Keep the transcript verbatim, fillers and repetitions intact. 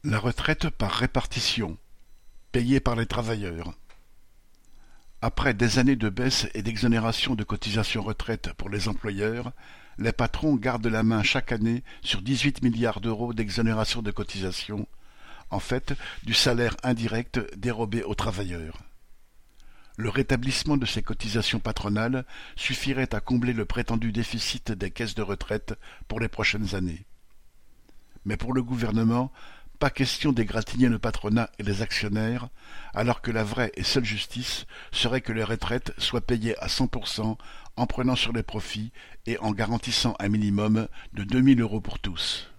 La retraite par répartition, payée par les travailleurs. Après des années de baisse et d'exonération de cotisations retraite pour les employeurs, les patrons gardent la main chaque année sur dix-huit milliards d'euros d'exonération de cotisations, en fait du salaire indirect dérobé aux travailleurs. Le rétablissement de ces cotisations patronales suffirait à combler le prétendu déficit des caisses de retraite pour les prochaines années. Mais pour le gouvernement, pas question d'égratigner le patronat et les actionnaires, alors que la vraie et seule justice serait que les retraites soient payées à cent pour cent en prenant sur les profits et en garantissant un minimum de deux mille euros pour tous.